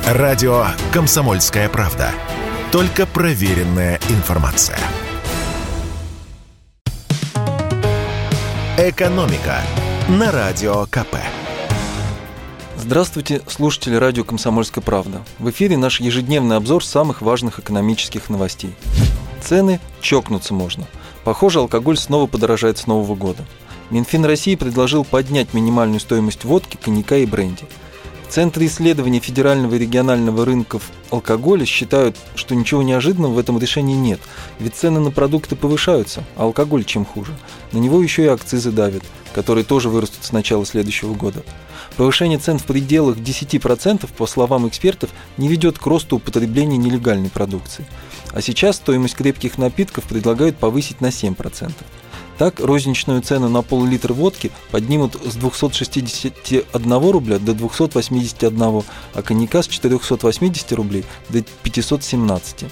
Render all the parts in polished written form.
Радио «Комсомольская правда». Только проверенная информация. «Экономика» на Радио КП. Здравствуйте, слушатели радио «Комсомольская правда». В эфире наш ежедневный обзор самых важных экономических новостей. Цены чокнуться можно. Похоже, алкоголь снова подорожает с Нового года. Минфин России предложил поднять минимальную стоимость водки, коньяка и бренди. В Центре исследований федерального и регионального рынков алкоголя считают, что ничего неожиданного в этом решении нет, ведь цены на продукты повышаются, а алкоголь чем хуже. На него еще и акцизы давят, которые тоже вырастут с начала следующего года. Повышение цен в пределах 10%, по словам экспертов, не ведет к росту употребления нелегальной продукции. А сейчас стоимость крепких напитков предлагают повысить на 7%. Так, розничную цену на пол-литра водки поднимут с 261 рубля до 281, а коньяка с 480 рублей до 517.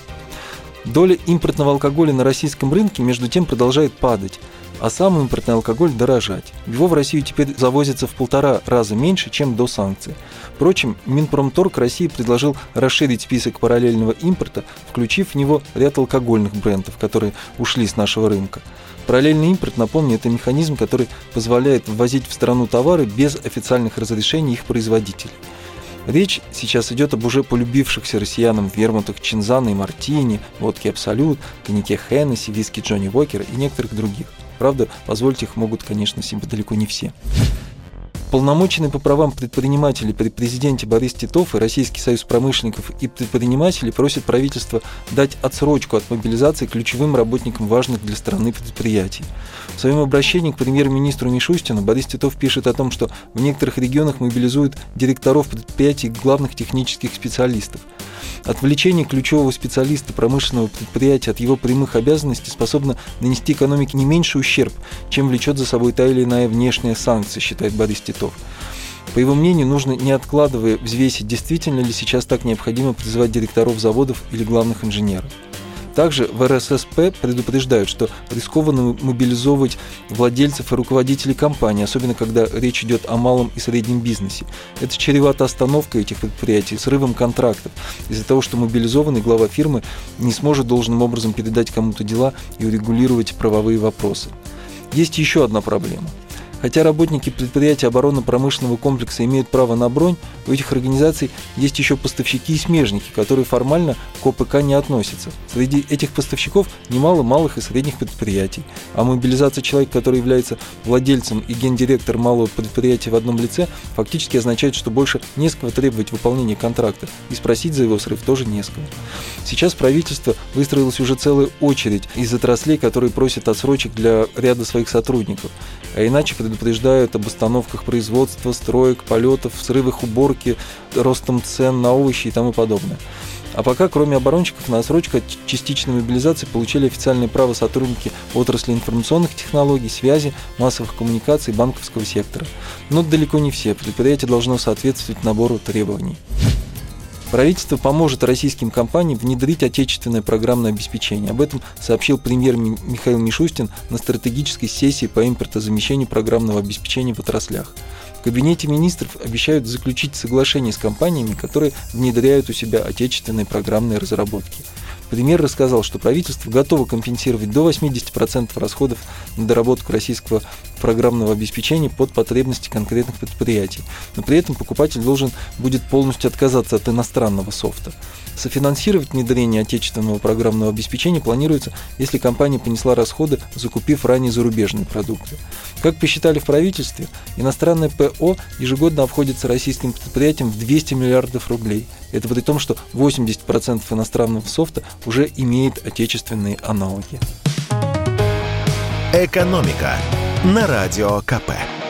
Доля импортного алкоголя на российском рынке, между тем, продолжает падать, а сам импортный алкоголь дорожать. Его в Россию теперь завозится в 1,5 раза меньше, чем до санкций. Впрочем, Минпромторг России предложил расширить список параллельного импорта, включив в него ряд алкогольных брендов, которые ушли с нашего рынка. Параллельный импорт, напомню, это механизм, который позволяет ввозить в страну товары без официальных разрешений их производителей. Речь сейчас идет об уже полюбившихся россиянам вермутах Чинзана и Мартини, водке Абсолют, коньяке Хеннесси, виски Джонни Уокер и некоторых других. Правда, позволить их могут, конечно, себе далеко не все. Уполномоченный по правам предпринимателей при президенте Борис Титов и Российский союз промышленников и предпринимателей просят правительство дать отсрочку от мобилизации ключевым работникам важных для страны предприятий. В своем обращении к премьер-министру Мишустину Борис Титов пишет о том, что в некоторых регионах мобилизуют директоров предприятий и главных технических специалистов. Отвлечение ключевого специалиста промышленного предприятия от его прямых обязанностей способно нанести экономике не меньший ущерб, чем влечет за собой та или иная внешняя санкция, считает Борис Титов. По его мнению, нужно, не откладывая, взвесить, действительно ли сейчас так необходимо призывать директоров заводов или главных инженеров. Также в РССП предупреждают, что рискованно мобилизовывать владельцев и руководителей компаний, особенно когда речь идет о малом и среднем бизнесе. Это чревато остановкой этих предприятий, срывом контрактов, из-за того, что мобилизованный глава фирмы не сможет должным образом передать кому-то дела и урегулировать правовые вопросы. Есть еще одна проблема. Хотя работники предприятия оборонно-промышленного комплекса имеют право на бронь, у этих организаций есть еще поставщики и смежники, которые формально к ОПК не относятся. Среди этих поставщиков немало малых и средних предприятий, а мобилизация человека, который является владельцем и гендиректором малого предприятия в одном лице, фактически означает, что больше не с кого требовать выполнения контракта, и спросить за его срыв тоже не с кого. Сейчас правительство выстроилась уже целая очередь из отраслей, которые просят отсрочек для ряда своих сотрудников, а иначе предупреждают об остановках производства, строек, полетов, срывах уборки, ростом цен на овощи и тому подобное. А пока, кроме оборонщиков, на отсрочку от частичной мобилизации получили официальное право сотрудники отрасли информационных технологий, связи, массовых коммуникаций, банковского сектора. Но далеко не все. Предприятие должно соответствовать набору требований. Правительство поможет российским компаниям внедрить отечественное программное обеспечение. Об этом сообщил премьер Михаил Мишустин на стратегической сессии по импортозамещению программного обеспечения в отраслях. В Кабинете министров обещают заключить соглашение с компаниями, которые внедряют у себя отечественные программные разработки. Премьер рассказал, что правительство готово компенсировать до 80% расходов на доработку российского программного обеспечения под потребности конкретных предприятий, но при этом покупатель должен будет полностью отказаться от иностранного софта. Софинансировать внедрение отечественного программного обеспечения планируется, если компания понесла расходы, закупив ранее зарубежные продукты. Как посчитали в правительстве, иностранное ПО ежегодно обходится российским предприятиям в 200 миллиардов рублей. Это при том, что 80% иностранного софта уже имеет отечественные аналоги. «Экономика» на Радио КП.